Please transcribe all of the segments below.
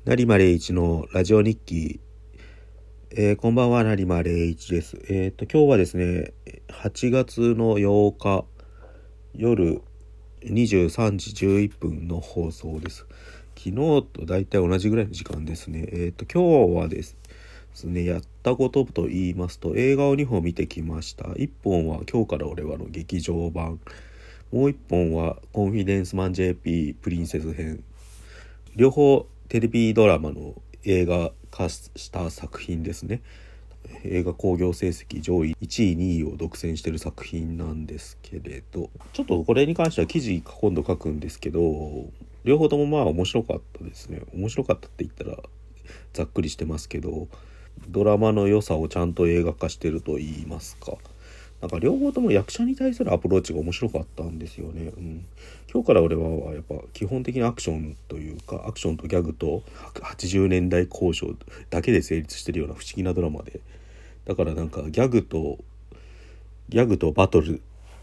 成間礼一のラジオ日記。こんばんは、成間礼一です。今日はですね、8月の8日夜23時11分の放送です。昨日とだいたい同じぐらいの時間ですね。今日はですね、やったことと言いますと、映画を2本見てきました。1本は今日から俺はの劇場版。もう1本はコンフィデンスマン JP プリンセス編。両方テレビドラマの映画化した作品ですね。映画興行成績上位1位2位を独占している作品なんですけれど、ちょっとこれに関しては記事今度書くんですけど、両方ともまあ面白かったですね。面白かったって言ったらざっくりしてますけど、ドラマの良さをちゃんと映画化してると言いますか、なんか両方とも役者に対するアプローチが面白かったんですよね。今日から俺はやっぱ基本的にアクションというか、アクションとギャグと80年代交渉だけで成立してるような不思議なドラマで、だからなんかギャグとバトル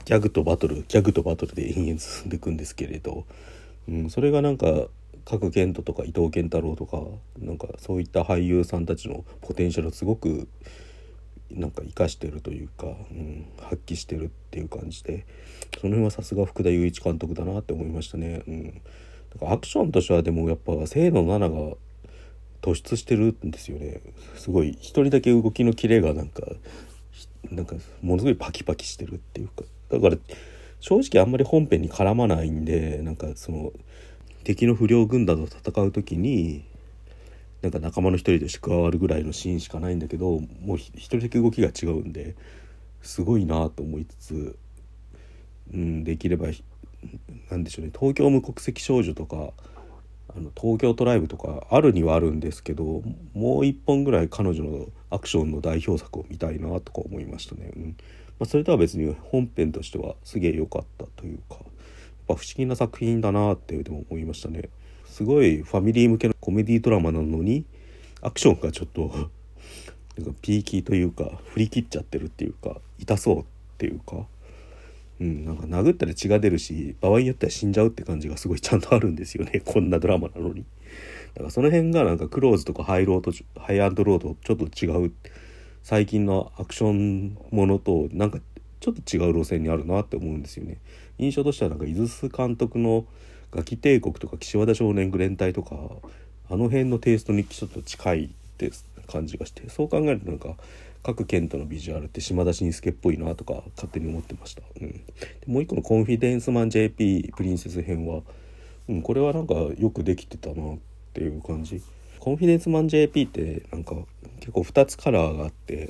で延々進んでいくんですけれど、それがなんか賀来賢人とか伊藤健太郎とか、なんかそういった俳優さんたちのポテンシャルをすごくなんか生かしてるというか、発揮してるっていう感じで、その辺はさすが福田雄一監督だなって思いましたね。だからアクションとしてはでもやっぱ清野菜名が突出してるんですよね。すごい一人だけ動きのキレがなんかものすごいパキパキしてるっていうか、だから正直あんまり本編に絡まないんで、なんかその敵の不良軍団と戦う時になんか仲間の一人として加わるぐらいのシーンしかないんだけど、もう一人だけ動きが違うんですごいなと思いつつ、できればなんでしょうね、東京無国籍少女とか東京トライブとかあるにはあるんですけど、もう一本ぐらい彼女のアクションの代表作を見たいなとか思いましたね。それとは別に本編としてはすげえ良かったというか、やっぱ不思議な作品だなってでも思いましたね。すごいファミリー向けのコメディドラマなのにアクションがちょっとなんかピーキーというか振り切っちゃってるっていうか、痛そうっていうか、なんか殴ったら血が出るし、場合によっては死んじゃうって感じがすごいちゃんとあるんですよね、こんなドラマなのに。だからその辺がなんかクローズとかハイアンドロードとちょっと違う、最近のアクションものとなんかちょっと違う路線にあるなって思うんですよね。印象としてはなんか井筒監督のガキ帝国とか岸和田少年グレン隊とか、あの辺のテイストにちょっと近いって感じがして、そう考えるとなんか賀来賢人のビジュアルって島田紳介っぽいなとか勝手に思ってました。でもう一個のコンフィデンスマン JP プリンセス編は、これはなんかよくできてたなっていう感じ。コンフィデンスマン JP ってなんか結構2つカラーがあって、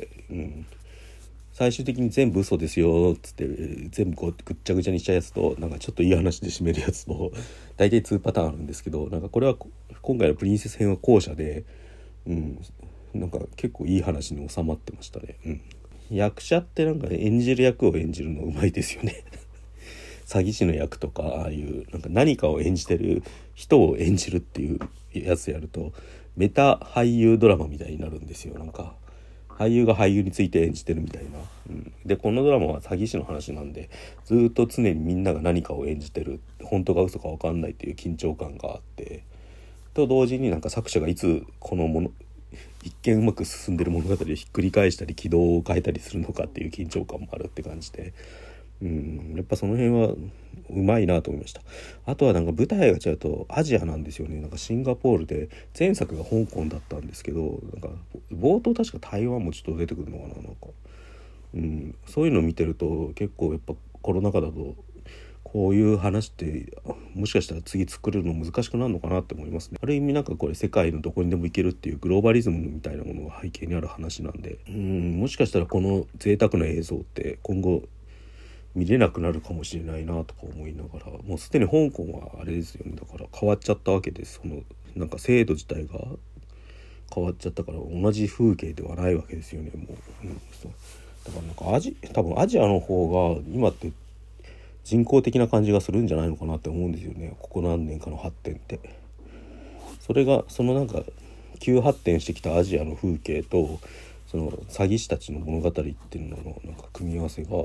最終的に全部嘘ですよっつって全部こうぐっちゃぐちゃにしたやつと、なんかちょっといい話で締めるやつと大体2パターンあるんですけど、なんかこれは今回のプリンセス編は後者で、なんか結構いい話に収まってましたね。役者ってなんか演じる役を演じるのうまいですよね詐欺師の役とか、ああいうなんか何かを演じてる人を演じるっていうやつやるとメタ俳優ドラマみたいになるんですよ。なんか俳優が俳優について演じてるみたいな、でこのドラマは詐欺師の話なんで、ずっと常にみんなが何かを演じてる、本当か嘘か分かんないっていう緊張感があって、と同時になんか作者がいつこの一見うまく進んでる物語をひっくり返したり軌道を変えたりするのかっていう緊張感もあるって感じで、やっぱその辺はうまいなと思いました。あとはなんか舞台が違うとアジアなんですよね。なんかシンガポールで前作が香港だったんですけど、なんか冒頭確か台湾もちょっと出てくるのかな、なんか、そういうのを見てると結構やっぱコロナ禍だとこういう話ってもしかしたら次作るの難しくなるのかなって思いますね。ある意味なんかこれ世界のどこにでも行けるっていうグローバリズムみたいなものが背景にある話なんで、もしかしたらこの贅沢な映像って今後見れなくなるかもしれないなとか思いながら、もうすでに香港はあれですよね、だから変わっちゃったわけです。そのなんか制度自体が変わっちゃったから同じ風景ではないわけですよね、もう。そうだからなんか多分アジアの方が今って人工的な感じがするんじゃないのかなって思うんですよね、ここ何年かの発展って。それがそのなんか急発展してきたアジアの風景とその詐欺師たちの物語っていうののなんか組み合わせが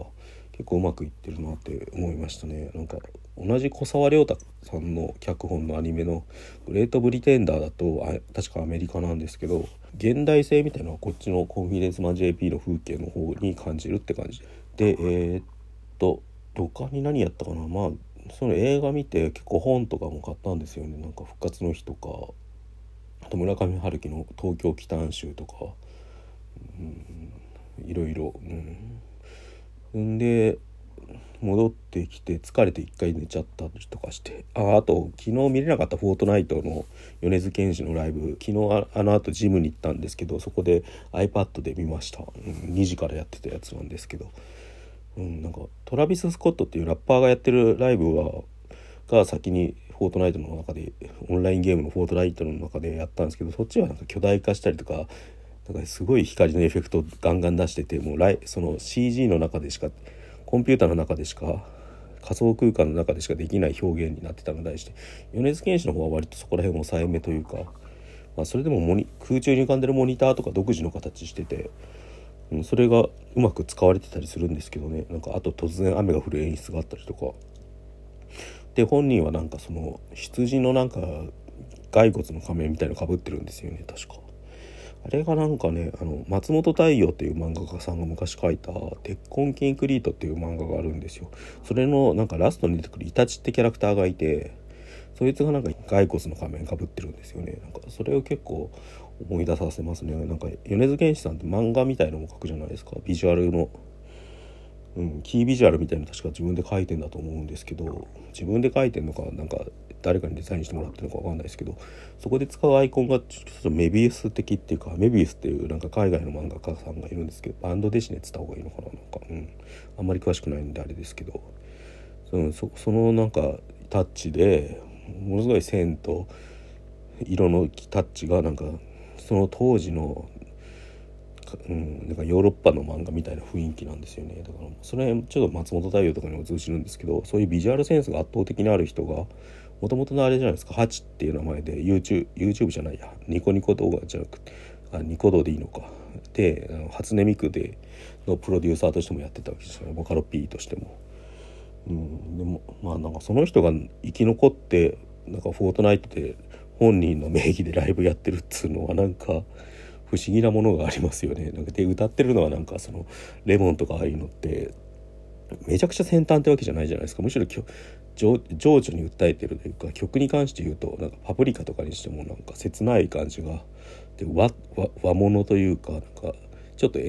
結構うまくいってるなって思いましたね。なんか同じ小沢亮太さんの脚本のアニメのグレートブリテンダーだと確かアメリカなんですけど、現代性みたいなのはこっちのコンフィデンスマン JP の風景の方に感じるって感じで、他に何やったかな。その映画見て結構本とかも買ったんですよね。なんか復活の日とか、あと村上春樹の東京奇譚集とか、いろいろ、んで戻ってきて疲れて一回寝ちゃったりとかして、あと昨日見れなかったフォートナイトの米津玄師のライブ、昨日あの後ジムに行ったんですけど、そこで iPad で見ました。2時からやってたやつなんですけど、なんかトラビス・スコットっていうラッパーがやってるライブが先にフォートナイトの中で、オンラインゲームのフォートナイトの中でやったんですけど、そっちはなんか巨大化したりとか、なんかすごい光のエフェクトガンガン出してて、もうその CG の中でしか、コンピューターの中でしか、仮想空間の中でしかできない表現になってたのに対して、米津玄師の方は割とそこら辺抑えめというか、それでも空中に浮かんでるモニターとか独自の形してて、それがうまく使われてたりするんですけどね。なんかあと突然雨が降る演出があったりとかで、本人はなんかその羊のなんか骸骨の仮面みたいなの被ってるんですよね、確か。あれがなんかね、松本太陽っていう漫画家さんが昔書いた鉄痕キンクリートっていう漫画があるんですよ。それのなんかラストに出てくるイタチってキャラクターがいて、そいつがなんか骸骨の仮面被ってるんですよね。なんかそれを結構思い出させますね。なんか米津玄師さんって漫画みたいのも描くじゃないですか。ビジュアルの、キービジュアルみたいなの確か自分で描いてんだと思うんですけど、自分で描いてんのかなんか誰かにデザインしてもらってるのか分かんないですけど、そこで使うアイコンがちょっとメビウス的っていうか、メビウスっていうなんか海外の漫画家さんがいるんですけど、バンドデシネっつった方がいいのかな、なんか、あんまり詳しくないんであれですけど、そのなんかタッチでものすごい線と色のタッチがなんかその当時の、なんかヨーロッパの漫画みたいな雰囲気なんですよね。だからそれちょっと松本太陽とかにも通じるんですけど、そういうビジュアルセンスが圧倒的にある人が、もともとのあれじゃないですか、ハチっていう名前で YouTube じゃないや、ニコニコ動画じゃなくて、ニコ動でいいのかで、初音ミクでのプロデューサーとしてもやってたわけですよね、ボカロ P としても。でもなんかその人が生き残ってなんかフォートナイトで本人の名義でライブやってるっつうのはなんか不思議なものがありますよね。なんかで歌ってるのはなんかそのレモンとかああいうのってめちゃくちゃ先端ってわけじゃないじゃないですか。むしろ情緒に訴えてるというか、曲に関して言うとなんかパプリカとかにしてもなんか切ない感じがで、和物というか、なんかちょっと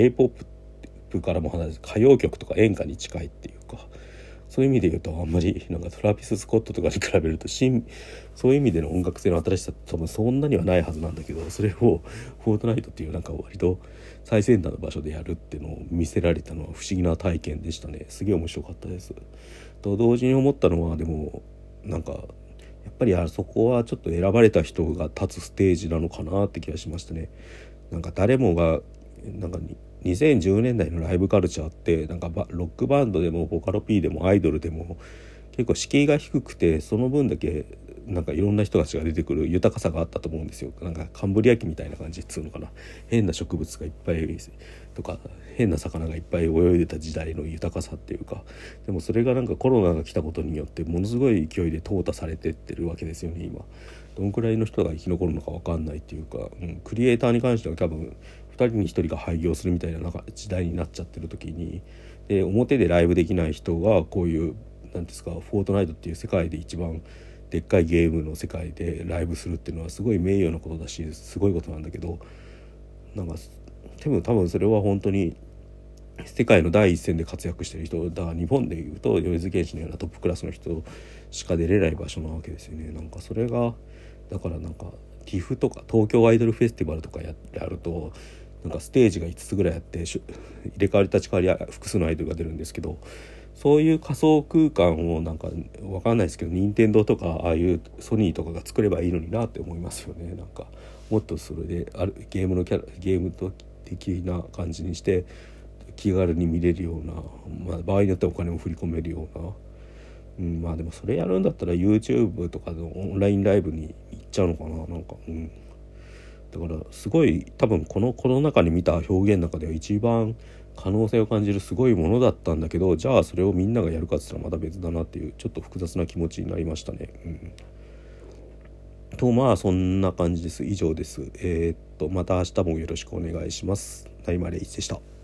J-POP からも離れて歌謡曲とか演歌に近いっていうか、そういう意味で言うとあんまりなんかトラビス・スコットとかに比べるとそういう意味での音楽性の新しさって多分そんなにはないはずなんだけど、それをフォートナイトっていうなんか割と最先端の場所でやるっていうのを見せられたのは不思議な体験でしたね。すげえ面白かったです。と同時に思ったのは、でもなんかやっぱりあそこはちょっと選ばれた人が立つステージなのかなって気がしましたね。なんか誰もがなんか2010年代のライブカルチャーってなんかロックバンドでもボカロ P でもアイドルでも結構敷居が低くて、その分だけなんかいろんな人たちが出てくる豊かさがあったと思うんですよ。なんかカンブリア紀みたいな感じっつうのかな、変な植物がいっぱいとか変な魚がいっぱい泳いでた時代の豊かさっていうか、でもそれがなんかコロナが来たことによってものすごい勢いで淘汰されてってるわけですよね。今どんくらいの人が生き残るのか分かんないっていうか、クリエイターに関しては多分2人に1人が廃業するみたいな時代になっちゃってる時に、で表でライブできない人がこういうなんですか、フォートナイトっていう世界で一番でっかいゲームの世界でライブするっていうのはすごい名誉なことだし、すごいことなんだけど、なんか多分それは本当に世界の第一線で活躍してる人だ、日本でいうと米津玄師のようなトップクラスの人しか出れない場所なわけですよね。なんかそれがだからなんか TIFF とか東京アイドルフェスティバルとかやるとなんかステージが5つぐらいあって入れ替わり立ち替わり複数のアイドルが出るんですけど、そういう仮想空間をなんかわかんないですけど任天堂とかああいうソニーとかが作ればいいのになって思いますよね。なんかもっとそれでゲーム的な感じにして気軽に見れるような、場合によってはお金を振り込めるような、でもそれやるんだったら YouTube とかのオンラインライブに行っちゃうのかな、なんか、だからすごい多分このコロナ禍に見た表現の中では一番可能性を感じるすごいものだったんだけど、じゃあそれをみんながやるかっつったらまた別だなっていうちょっと複雑な気持ちになりましたね。とまあそんな感じです。以上です。また明日もよろしくお願いします。大丸一でした。